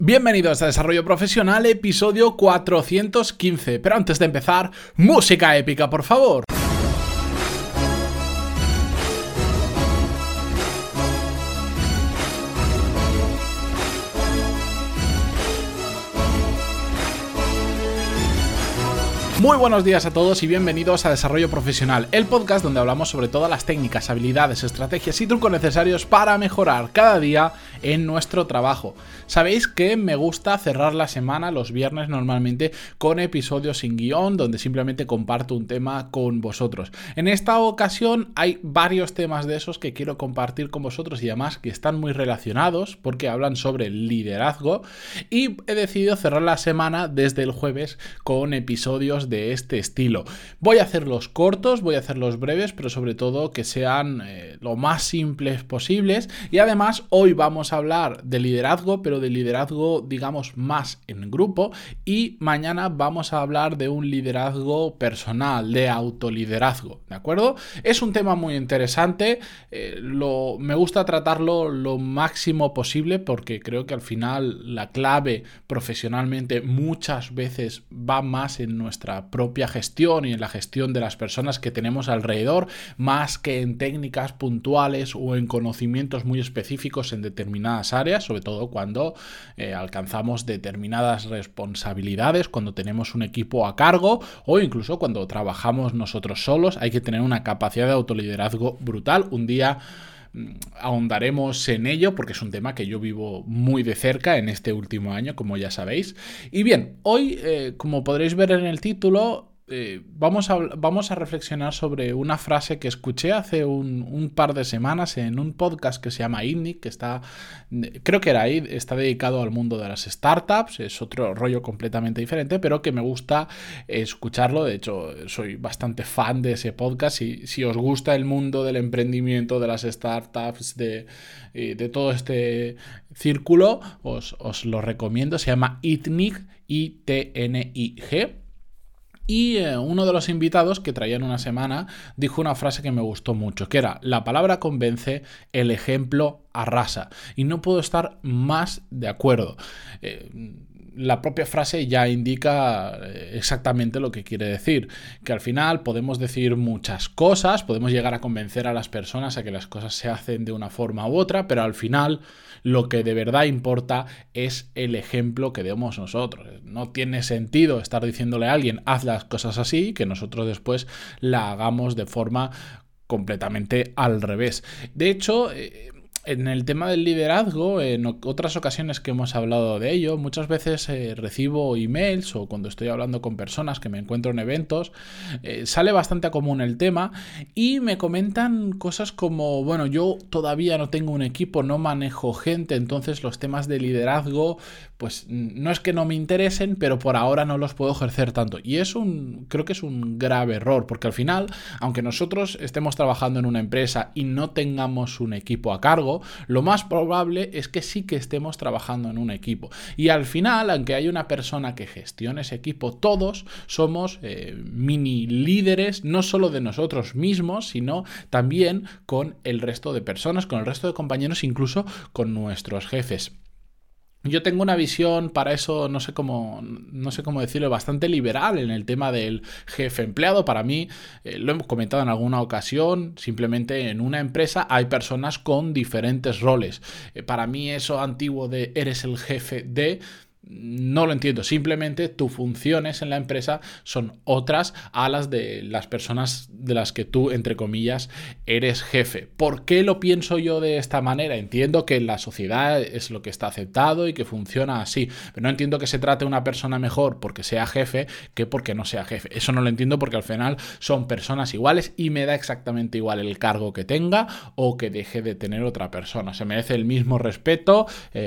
Bienvenidos a Desarrollo Profesional, episodio 415. Pero antes de empezar, música épica, por favor. Muy buenos días a todos y bienvenidos a Desarrollo Profesional, el podcast donde hablamos sobre todas las técnicas, habilidades, estrategias y trucos necesarios para mejorar cada día en nuestro trabajo. Sabéis que me gusta cerrar la semana los viernes normalmente con episodios sin guión, donde simplemente comparto un tema con vosotros. En esta ocasión hay varios temas de esos que quiero compartir con vosotros y además que están muy relacionados porque hablan sobre liderazgo y he decidido cerrar la semana desde el jueves con episodios de este estilo. Voy a hacerlos cortos, voy a hacerlos breves, pero sobre todo que sean lo más simples posibles. Y además hoy vamos a hablar de liderazgo, pero de liderazgo digamos más en grupo, y mañana vamos a hablar de un liderazgo personal, de autoliderazgo, ¿de acuerdo? Es un tema muy interesante, me gusta tratarlo lo máximo posible porque creo que al final la clave profesionalmente muchas veces va más en nuestra propia gestión y en la gestión de las personas que tenemos alrededor, más que en técnicas puntuales o en conocimientos muy específicos en determinadas áreas, sobre todo cuando alcanzamos determinadas responsabilidades, cuando tenemos un equipo a cargo o incluso cuando trabajamos nosotros solos. Hay que tener una capacidad de autoliderazgo brutal. Un día ahondaremos en ello porque es un tema que yo vivo muy de cerca en este último año, como ya sabéis. Y bien, hoy, como podréis ver en el título, vamos a reflexionar sobre una frase que escuché hace un par de semanas en un podcast que se llama ITNIC, que está dedicado al mundo de las startups. Es otro rollo completamente diferente, pero que me gusta escucharlo. De hecho, soy bastante fan de ese podcast. Si os gusta el mundo del emprendimiento, de las startups, de todo este círculo, os lo recomiendo. Se llama ITNIG, ITNIG. Y uno de los invitados que traían una semana dijo una frase que me gustó mucho, que era: la palabra convence, el ejemplo arrasa. Y no puedo estar más de acuerdo. La propia frase ya indica exactamente lo que quiere decir, que al final podemos decir muchas cosas, podemos llegar a convencer a las personas a que las cosas se hacen de una forma u otra, pero al final lo que de verdad importa es el ejemplo que demos nosotros. No tiene sentido estar diciéndole a alguien haz las cosas así y que nosotros después la hagamos de forma completamente al revés. De hecho, en el tema del liderazgo, en otras ocasiones que hemos hablado de ello, muchas veces recibo emails o cuando estoy hablando con personas que me encuentro en eventos, sale bastante a común el tema y me comentan cosas como: bueno, yo todavía no tengo un equipo, no manejo gente, entonces los temas de liderazgo pues no es que no me interesen, pero por ahora no los puedo ejercer tanto. Y creo que es un grave error, porque al final, aunque nosotros estemos trabajando en una empresa y no tengamos un equipo a cargo, lo más probable es que sí que estemos trabajando en un equipo. Y al final, aunque haya una persona que gestione ese equipo, todos somos mini líderes, no solo de nosotros mismos, sino también con el resto de personas, con el resto de compañeros, incluso con nuestros jefes. Yo tengo una visión para eso, no sé cómo decirlo, bastante liberal en el tema del jefe empleado. Para mí, lo hemos comentado en alguna ocasión, simplemente en una empresa hay personas con diferentes roles. Para mí eso antiguo de eres el jefe de... no lo entiendo. Simplemente tus funciones en la empresa son otras a las de las personas de las que tú, entre comillas, eres jefe. ¿Por qué lo pienso yo de esta manera? Entiendo que en la sociedad es lo que está aceptado y que funciona así, pero no entiendo que se trate a una persona mejor porque sea jefe que porque no sea jefe. Eso no lo entiendo, porque al final son personas iguales y me da exactamente igual el cargo que tenga o que deje de tener otra persona. Se merece el mismo respeto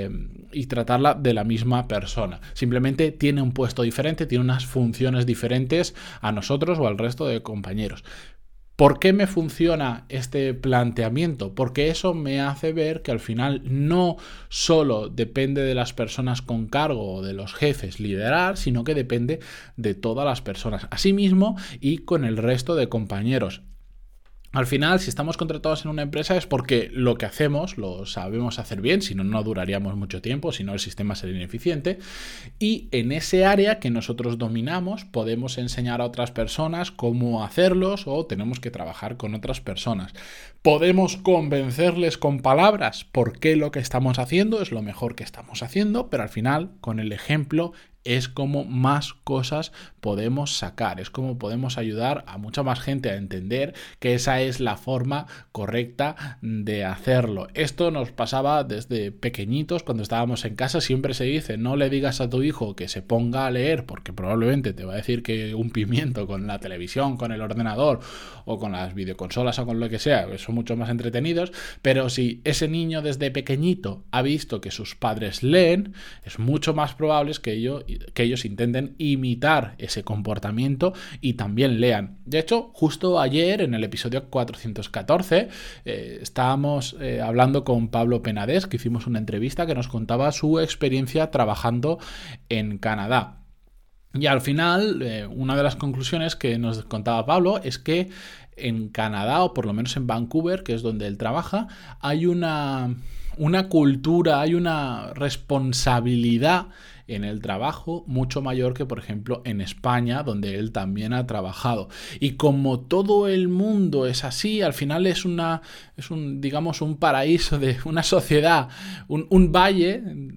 y tratarla de la misma persona. Simplemente tiene un puesto diferente, tiene unas funciones diferentes a nosotros o al resto de compañeros. ¿Por qué me funciona este planteamiento? Porque eso me hace ver que al final no solo depende de las personas con cargo o de los jefes liderar, sino que depende de todas las personas, asimismo y con el resto de compañeros. Al final, si estamos contratados en una empresa es porque lo que hacemos lo sabemos hacer bien, si no, no duraríamos mucho tiempo, si no el sistema sería ineficiente. Y en ese área que nosotros dominamos podemos enseñar a otras personas cómo hacerlos o tenemos que trabajar con otras personas. Podemos convencerles con palabras por qué lo que estamos haciendo es lo mejor que estamos haciendo, pero al final, con el ejemplo, es como más cosas podemos sacar, es como podemos ayudar a mucha más gente a entender que esa es la forma correcta de hacerlo. Esto nos pasaba desde pequeñitos, cuando estábamos en casa, siempre se dice, no le digas a tu hijo que se ponga a leer, porque probablemente te va a decir que un pimiento con la televisión, con el ordenador o con las videoconsolas o con lo que sea, que son mucho más entretenidos, pero si ese niño desde pequeñito ha visto que sus padres leen, es mucho más probable que ellos intenten imitar ese comportamiento y también lean. De hecho, justo ayer en el episodio 414 estábamos hablando con Pablo Penades, que hicimos una entrevista que nos contaba su experiencia trabajando en Canadá. Y al final, una de las conclusiones que nos contaba Pablo es que en Canadá, o por lo menos en Vancouver, que es donde él trabaja, hay una cultura, hay una responsabilidad en el trabajo mucho mayor que, por ejemplo, en España, donde él también ha trabajado. Y como todo el mundo es así, al final es digamos, un paraíso de una sociedad, un valle,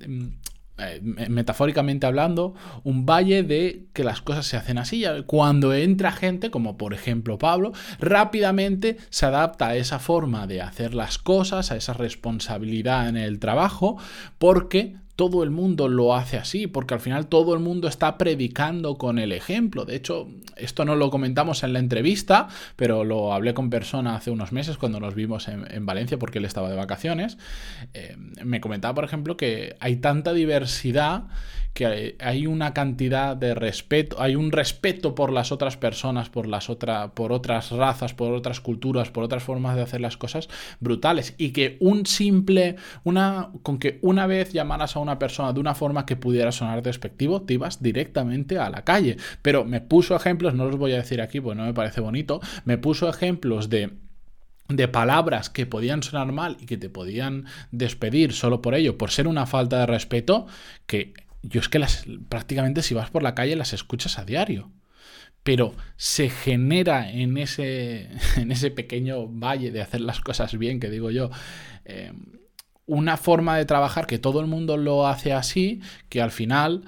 metafóricamente hablando, un valle de que las cosas se hacen así. Cuando entra gente, como por ejemplo Pablo, rápidamente se adapta a esa forma de hacer las cosas, a esa responsabilidad en el trabajo, porque todo el mundo lo hace así, porque al final todo el mundo está predicando con el ejemplo. De hecho, esto no lo comentamos en la entrevista, pero lo hablé con persona hace unos meses cuando nos vimos en Valencia, porque él estaba de vacaciones. Me comentaba, por ejemplo, que hay tanta diversidad que hay una cantidad de respeto, hay un respeto por las otras personas, por otras razas, por otras culturas, por otras formas de hacer las cosas brutales, y que con que una vez llamaras a una persona de una forma que pudiera sonar despectivo, te ibas directamente a la calle. Pero me puso ejemplos, no los voy a decir aquí porque no me parece bonito, me puso ejemplos de palabras que podían sonar mal y que te podían despedir solo por ello, por ser una falta de respeto, que yo es que prácticamente si vas por la calle las escuchas a diario. Pero se genera en ese pequeño valle de hacer las cosas bien, que digo yo, una forma de trabajar que todo el mundo lo hace así, que al final,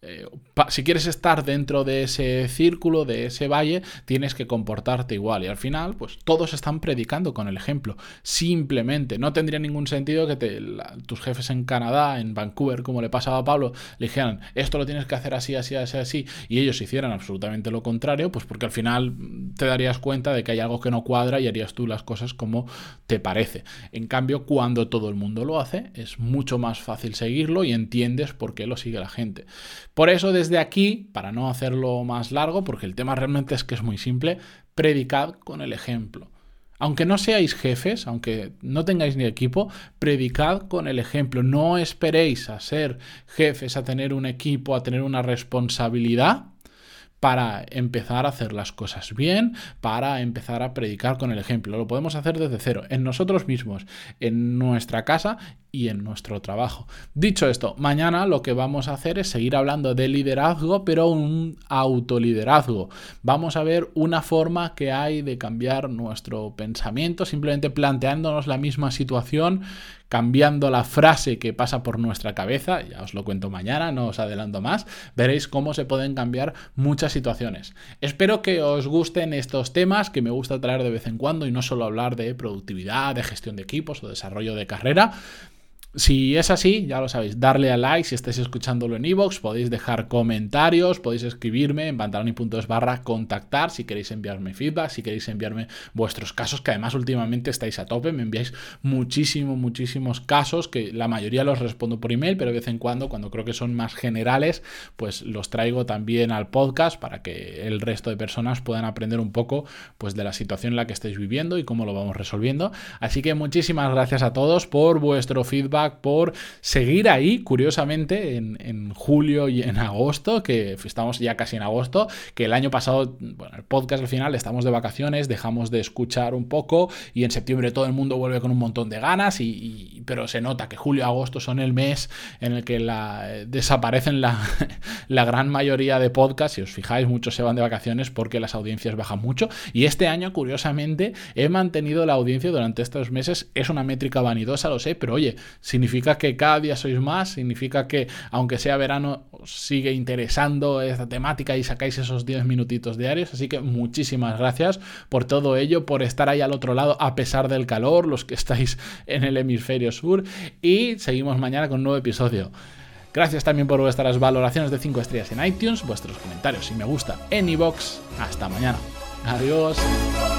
si quieres estar dentro de ese círculo, de ese valle, tienes que comportarte igual. Y al final, pues todos están predicando con el ejemplo. Simplemente, no tendría ningún sentido que tus jefes en Canadá, en Vancouver, como le pasaba a Pablo, le dijeran, esto lo tienes que hacer así, así, así, así, y ellos hicieran absolutamente lo contrario, pues porque al final te darías cuenta de que hay algo que no cuadra y harías tú las cosas como te parece. En cambio, cuando todo el mundo lo hace, es mucho más fácil seguirlo y entiendes por qué lo sigue la gente. Por eso, desde aquí, para no hacerlo más largo, porque el tema realmente es que es muy simple, predicad con el ejemplo. Aunque no seáis jefes, aunque no tengáis ni equipo, predicad con el ejemplo. No esperéis a ser jefes, a tener un equipo, a tener una responsabilidad para empezar a hacer las cosas bien, para empezar a predicar con el ejemplo. Lo podemos hacer desde cero, en nosotros mismos, en nuestra casa y en nuestro trabajo. Dicho esto, mañana lo que vamos a hacer es seguir hablando de liderazgo, pero un autoliderazgo. Vamos a ver una forma que hay de cambiar nuestro pensamiento, simplemente planteándonos la misma situación, cambiando la frase que pasa por nuestra cabeza. Ya os lo cuento mañana, no os adelanto más. Veréis cómo se pueden cambiar muchas situaciones. Espero que os gusten estos temas que me gusta traer de vez en cuando y no solo hablar de productividad, de gestión de equipos o desarrollo de carrera. Si es así, ya lo sabéis, darle a like si estáis escuchándolo en iVoox, podéis dejar comentarios, podéis escribirme en pantaloni.es/contactar si queréis enviarme feedback, si queréis enviarme vuestros casos, que además últimamente estáis a tope, me enviáis muchísimos casos, que la mayoría los respondo por email, pero de vez en cuando creo que son más generales, pues los traigo también al podcast para que el resto de personas puedan aprender un poco pues de la situación en la que estáis viviendo y cómo lo vamos resolviendo. Así que muchísimas gracias a todos por vuestro feedback, feedback, por seguir ahí, curiosamente, en julio y en agosto, que estamos ya casi en agosto, que el año pasado, bueno, el podcast al final estamos de vacaciones, dejamos de escuchar un poco y en septiembre todo el mundo vuelve con un montón de ganas, pero se nota que julio y agosto son el mes en el que desaparecen la gran mayoría de podcasts. Si os fijáis, muchos se van de vacaciones porque las audiencias bajan mucho, y este año, curiosamente, he mantenido la audiencia durante estos meses. Es una métrica vanidosa, lo sé, pero oye, significa que cada día sois más, significa que aunque sea verano os sigue interesando esta temática y sacáis esos 10 minutitos diarios, así que muchísimas gracias por todo ello, por estar ahí al otro lado a pesar del calor, los que estáis en el hemisferio sur, y seguimos mañana con un nuevo episodio. Gracias también por vuestras valoraciones de 5 estrellas en iTunes, vuestros comentarios y me gusta en iVoox. Hasta mañana. Adiós.